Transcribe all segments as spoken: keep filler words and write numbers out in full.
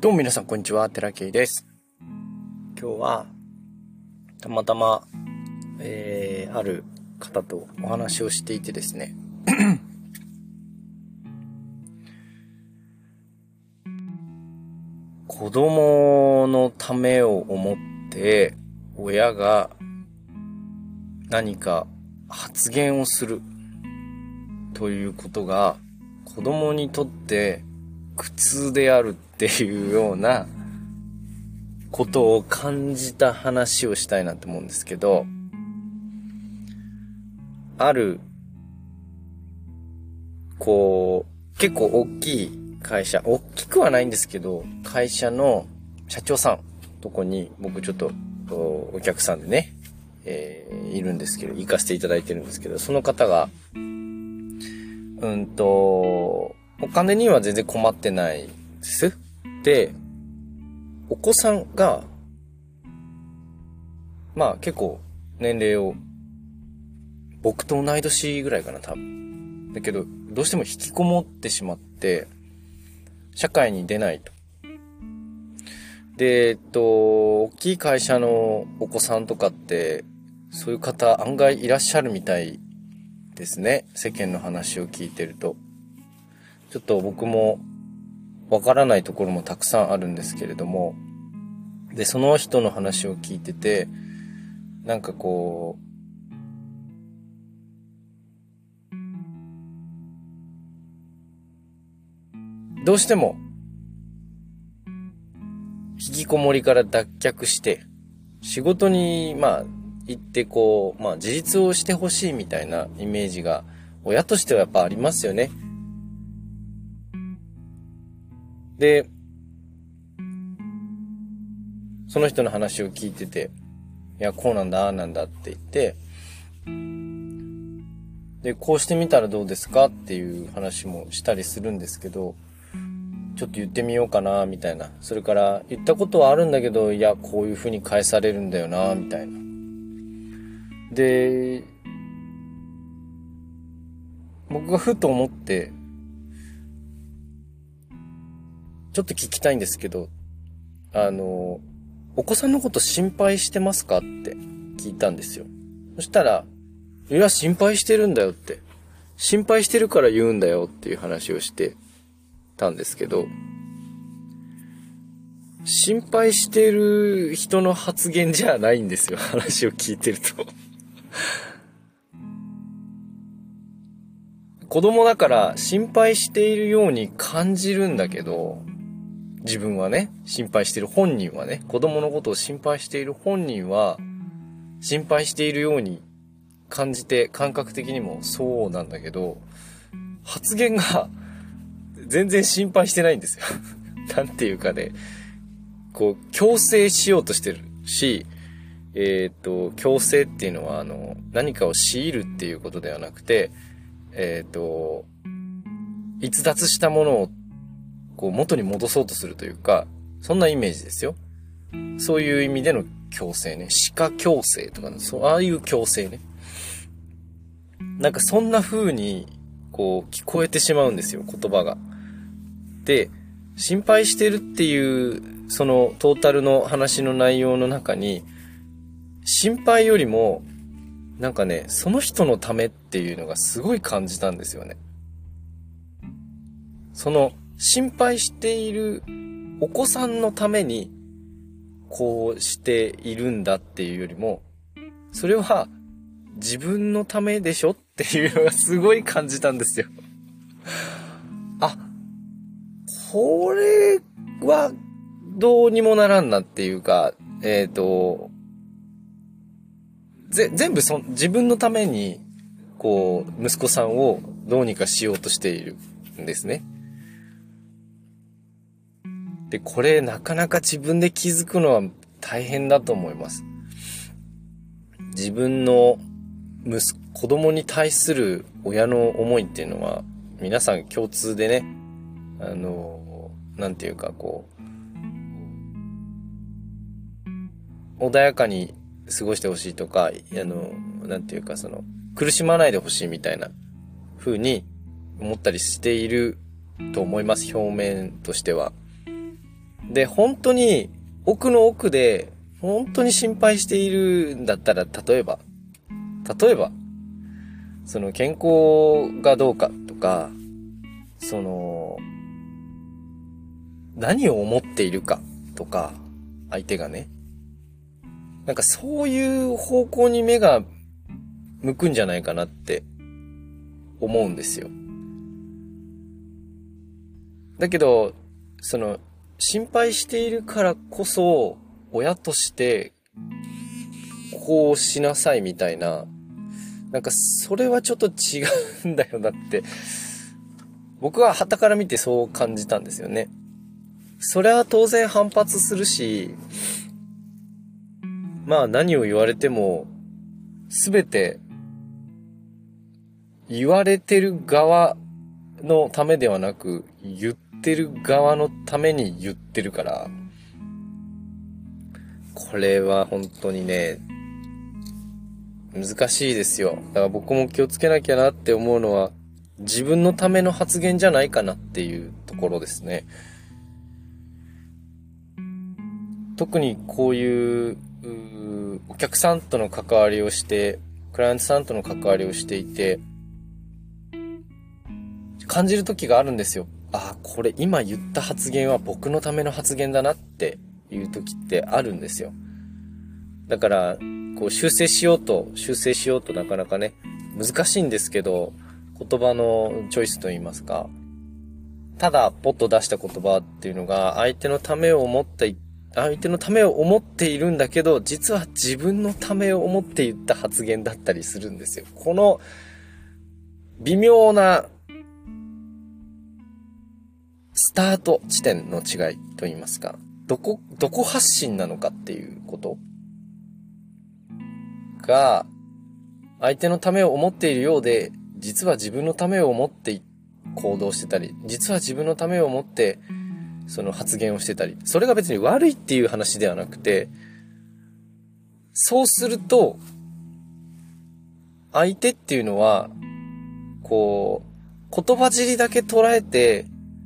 どうも皆さんこんにちは、寺圭です。今日はたまたま、えー、ある方とお話をしていてですね子供のためを思って親が何か発言をするということが子供にとって苦痛であるっていうようなことを感じた話をしたいなと思うんですけど、あるこう結構大きい会社、大きくはないんですけど会社の社長さんとこに僕ちょっとお客さんでね、えー、いるんですけど行かせていただいてるんですけど、その方がうんとお金には全然困ってないです。で、お子さんがまあ結構年齢を僕と同い年ぐらいかな多分だけど、どうしても引きこもってしまって社会に出ないと。で、えっと大きい会社のお子さんとかってそういう方案外いらっしゃるみたいですね。世間の話を聞いてるとちょっと僕もわからないところもたくさんあるんですけれども、でその人の話を聞いててなんかこうどうしても引きこもりから脱却して仕事にまあ行ってこうまあ自立をしてほしいみたいなイメージが親としてはやっぱありますよね。で、その人の話を聞いてて、いやこうなんだああなんだって言ってでこうしてみたらどうですかっていう話もしたりするんですけど、ちょっと言ってみようかなみたいな、それから言ったことはあるんだけどいやこういう風に返されるんだよなみたいな。で僕がふと思ってちょっと聞きたいんですけど、あのお子さんのこと心配してますかって聞いたんですよ。そしたらいや心配してるんだよって、心配してるから言うんだよっていう話をしてたんですけど、心配してる人の発言じゃないんですよ、話を聞いてると子供だから心配しているように感じるんだけど、自分はね心配している本人はね子供のことを心配している本人は心配しているように感じて感覚的にもそうなんだけど、発言が全然心配してないんですよなんていうかね、こう強制しようとしてるし、えっと強制っていうのはあの何かを強いるっていうことではなくて、えっと逸脱したものをこう元に戻そうとするというか、そんなイメージですよ。そういう意味での強制ね、歯科矯正とか、ね、そうああいう強制ね、なんかそんな風にこう聞こえてしまうんですよ、言葉が。で、心配してるっていうそのトータルの話の内容の中に、心配よりもなんかねその人のためっていうのがすごい感じたんですよね。その心配しているお子さんのためにこうしているんだっていうよりも、それは自分のためでしょっていうのがすごい感じたんですよあ、これはどうにもならんなっていうか、えっとぜ全部そ自分のためにこう息子さんをどうにかしようとしているんですね。でこれなかなか自分で気づくのは大変だと思います。自分の息子供に対する親の思いっていうのは皆さん共通でね、あのなんていうかこう穏やかに過ごしてほしいとか、あのなんていうかその苦しまないでほしいみたいな風に思ったりしていると思います、表面としては。 で、本当に奥の奥で本当に心配しているんだったら、例えば、例えば、その健康がどうかとか、その、何を思っているかとか、相手がね、なんかそういう方向に目が向くんじゃないかなって思うんですよ。だけど、その、心配しているからこそ、親として、こうしなさいみたいな、なんかそれはちょっと違うんだよなって、僕は傍から見てそう感じたんですよね。それは当然反発するし、まあ何を言われても、すべて、言われてる側のためではなく、言ってる側のために言ってるから、これは本当にね、難しいですよ。だから僕も気をつけなきゃなって思うのは、自分のための発言じゃないかなっていうところですね。特にこういう、うお客さんとの関わりをして、クライアントさんとの関わりをしていて、感じる時があるんですよ。ああ、これ今言った発言は僕のための発言だなっていう時ってあるんですよ。だから、こう修正しようと、修正しようとなかなかね、難しいんですけど、言葉のチョイスといいますか、ただポッと出した言葉っていうのが相手のためを思って相手のためを思っているんだけど、実は自分のためを思って言った発言だったりするんですよ。この微妙なスタート地点の違いといいますか、どこ、どこ発信なのかっていうことが、相手のためを思っているようで、実は自分のためを思って行動してたり、実は自分のためを思ってその発言をしてたり、それが別に悪いっていう話ではなくて、そうすると相手っていうのはこう言葉尻だけ捉えて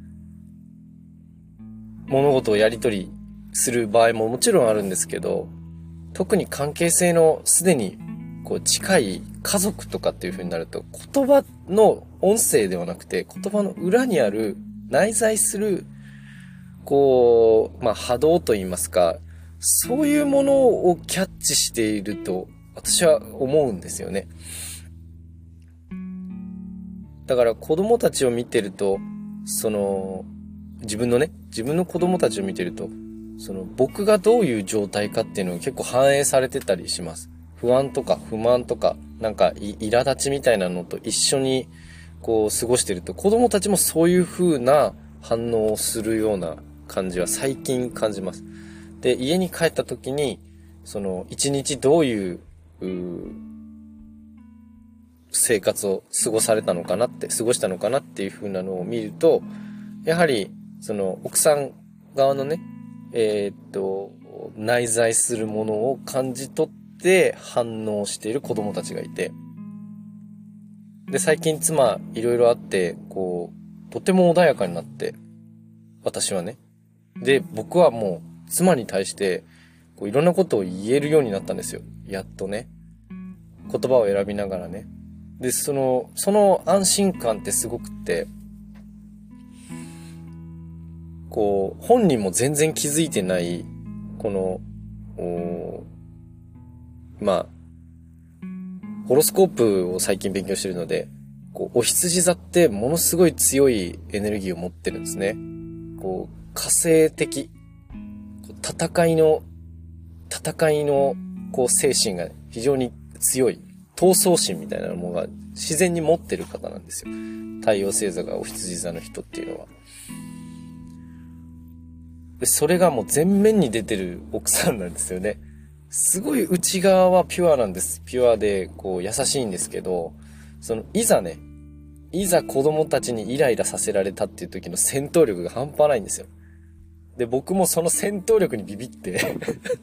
物事をやり取りする場合ももちろんあるんですけど、特に関係性のすでにこう近い家族とかっていう風になると、言葉の音声ではなくて言葉の裏にある内在するこうまあ波動といいますか、そういうものをキャッチしていると私は思うんですよね。だから子供たちを見てると、その自分のね自分の子供たちを見てると、その僕がどういう状態かっていうのが結構反映されてたりします。不安とか不満とかなんか苛立ちみたいなのと一緒にこう過ごしてると、子供たちもそういう風な反応をするような感じは最近感じます。で、家に帰った時にその一日どういう、う生活を過ごされたのかなって過ごしたのかなっていう風なのを見ると、やはりその奥さん側のねえー、っと内在するものを感じ取って反応している子供たちがいて、で最近妻いろいろあってこうとても穏やかになって、私はね、で僕はもう妻に対してこういろんなことを言えるようになったんですよ。やっとね、言葉を選びながらね。でそのその安心感ってすごくって、こう本人も全然気づいてないこのまあホロスコープを最近勉強してるので、こうお羊座ってものすごい強いエネルギーを持ってるんですね。こう火星的戦いの戦いのこう精神が非常に強い、闘争心みたいなものが自然に持ってる方なんですよ。太陽星座がお羊座の人っていうのは。でそれがもう全面に出てる奥さんなんですよね。すごい内側はピュアなんです。ピュアでこう優しいんですけど、そのいざね、いざ子供たちにイライラさせられたっていう時の戦闘力が半端ないんですよ。で僕もその戦闘力にビビって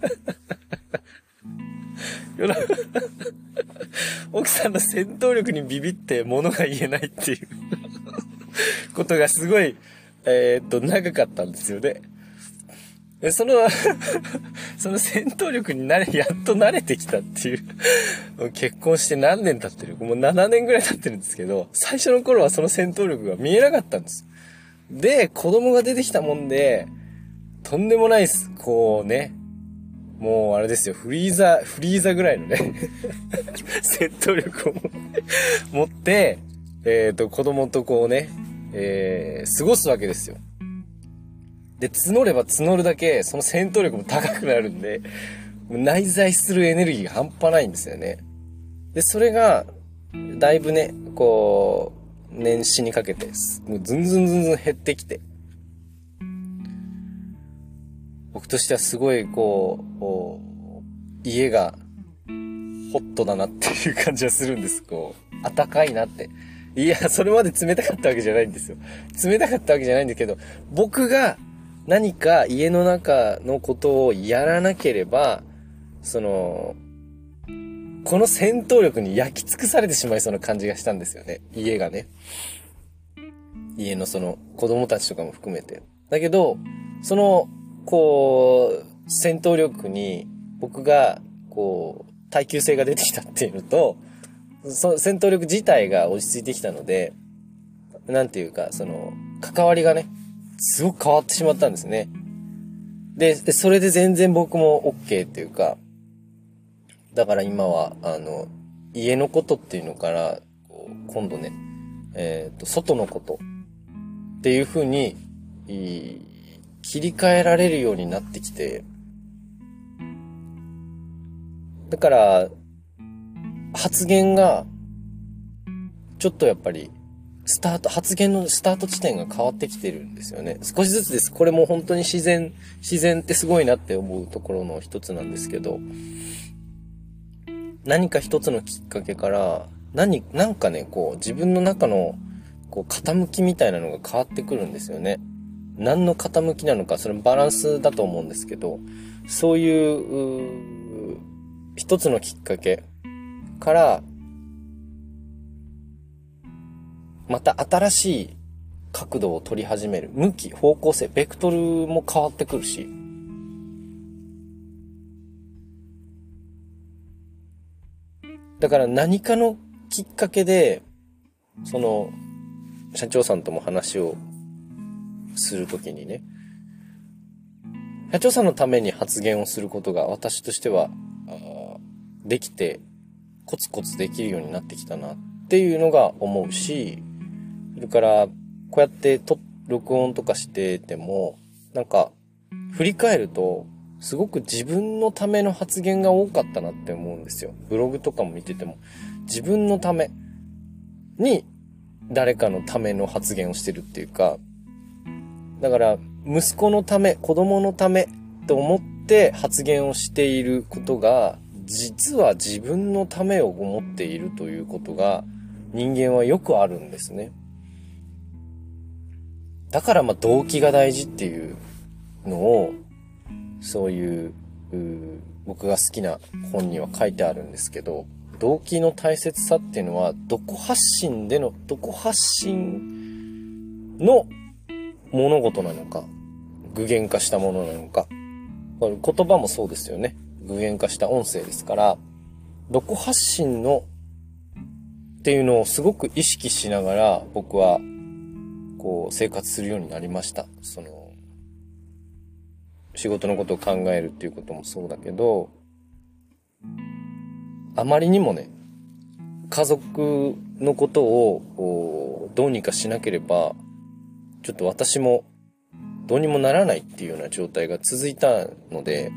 奥さんの戦闘力にビビって物が言えないっていうことがすごいえー、っと長かったんですよね。 で、その、その戦闘力になれ、やっと慣れてきたっていう。結婚して何年経ってる？もうななねんぐらい経ってるんですけど、最初の頃はその戦闘力が見えなかったんです。で、子供が出てきたもんで、とんでもないです。こうね。もうあれですよ、フリーザ、フリーザぐらいのね、戦闘力を持って、えっと、子供とこうね、えー、過ごすわけですよ。で、募れば募るだけ、その戦闘力も高くなるんで、内在するエネルギーが半端ないんですよね。で、それが、だいぶね、こう、年始にかけて、もうずんずんずんずん減ってきて、僕としてはすごい、こう、こう家が、ホットだなっていう感じはするんです。こう、暖かいなって。いや、それまで冷たかったわけじゃないんですよ。冷たかったわけじゃないんだけど、僕が、何か家の中のことをやらなければ、その、この戦闘力に焼き尽くされてしまいそうな感じがしたんですよね。家がね。家のその子供たちとかも含めて。だけど、その、こう、戦闘力に僕が、こう、耐久性が出てきたっていうのと、その戦闘力自体が落ち着いてきたので、なんていうか、その、関わりがね、すごく変わってしまったんですね。で、でそれで全然僕も OK っていうか、だから今は、あの、家のことっていうのから、こう今度ね、えっと、外のことっていう風に、切り替えられるようになってきて、だから、発言が、ちょっとやっぱり、スタート、発言のスタート地点が変わってきてるんですよね。少しずつです。これも本当に自然、自然ってすごいなって思うところの一つなんですけど、何か一つのきっかけから、何、なんかね、こう、自分の中の、こう、傾きみたいなのが変わってくるんですよね。何の傾きなのか、それバランスだと思うんですけど、そういう、う一つのきっかけから、また新しい角度を取り始める。向き、方向性、ベクトルも変わってくるし。だから何かのきっかけで、その、社長さんとも話をするときにね、社長さんのために発言をすることが私としては、できて、コツコツできるようになってきたなっていうのが思うし、それから、こうやってと録音とかしてても、なんか、振り返ると、すごく自分のための発言が多かったなって思うんですよ。ブログとかも見てても、自分のために誰かのための発言をしてるっていうか、だから、息子のため、子供のためと思って発言をしていることが、実は自分のためを思っているということが、人間はよくあるんですね。だからまあ動機が大事っていうのを、そういう、う僕が好きな本には書いてあるんですけど、動機の大切さっていうのは、どこ発信での、どこ発信の物事なのか、具現化したものなのか、これ言葉もそうですよね。具現化した音声ですから、どこ発信のっていうのをすごく意識しながら僕はこう生活するようになりました。その仕事のことを考えるっていうこともそうだけど、あまりにもね、家族のことをどうにかしなければちょっと私もどうにもならないっていうような状態が続いたので、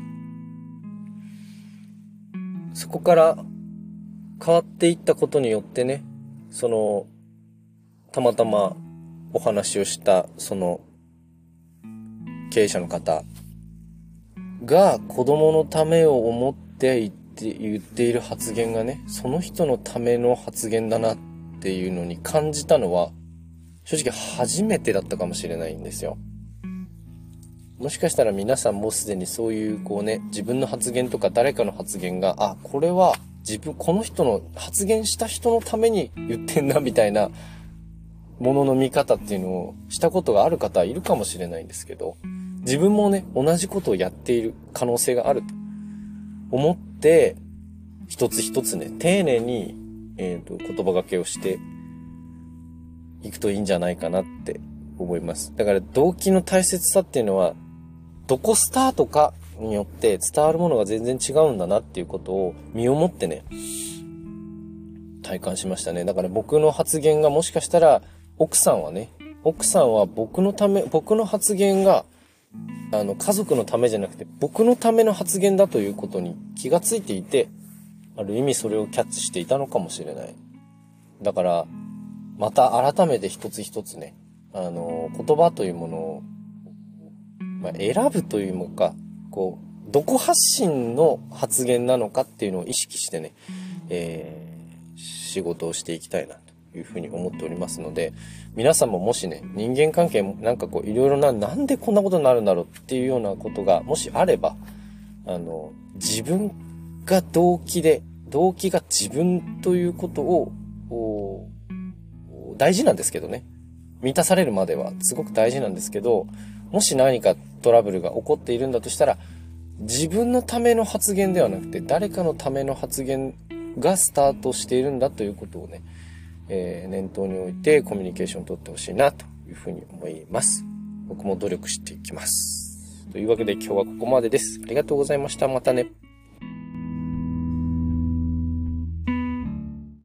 そこから変わっていったことによってね、そのたまたまお話をしたその経営者の方が子供のためを思って言って言っている発言がね、その人のための発言だなっていうのに感じたのは正直初めてだったかもしれないんですよ。もしかしたら皆さんもすでにそういうこうね、自分の発言とか誰かの発言が、あ、これは自分、この人の発言した人のために言ってんなみたいなものの見方っていうのをしたことがある方はいるかもしれないんですけど、 自分もね、同じことをやっている可能性があると思って、一つ一つね、丁寧に、えっと、言葉掛けをしていくといいんじゃないかなって思います。だから動機の大切さっていうのは、どこスタートかによって伝わるものが全然違うんだなっていうことを身をもってね、体感しましたね。だから僕の発言がもしかしたら、奥さんはね、奥さんは僕のため、僕の発言が、あの、家族のためじゃなくて、僕のための発言だということに気がついていて、ある意味それをキャッチしていたのかもしれない。だから、また改めて一つ一つね、あの、言葉というものを、まあ、選ぶというもか、こう、どこ発信の発言なのかっていうのを意識してね、えー、仕事をしていきたいなというふうに思っておりますので、皆さんももしね、人間関係もなんかこう、いろいろな、なんでこんなことになるんだろうっていうようなことが、もしあれば、あの、自分が動機で、動機が自分ということを、大事なんですけどね。満たされるまではすごく大事なんですけど、もし何かトラブルが起こっているんだとしたら、自分のための発言ではなくて、誰かのための発言がスタートしているんだということをね、えー、念頭に置いてコミュニケーションを取ってほしいなというふうに思います。僕も努力していきます。というわけで今日はここまでです。ありがとうございました。またね。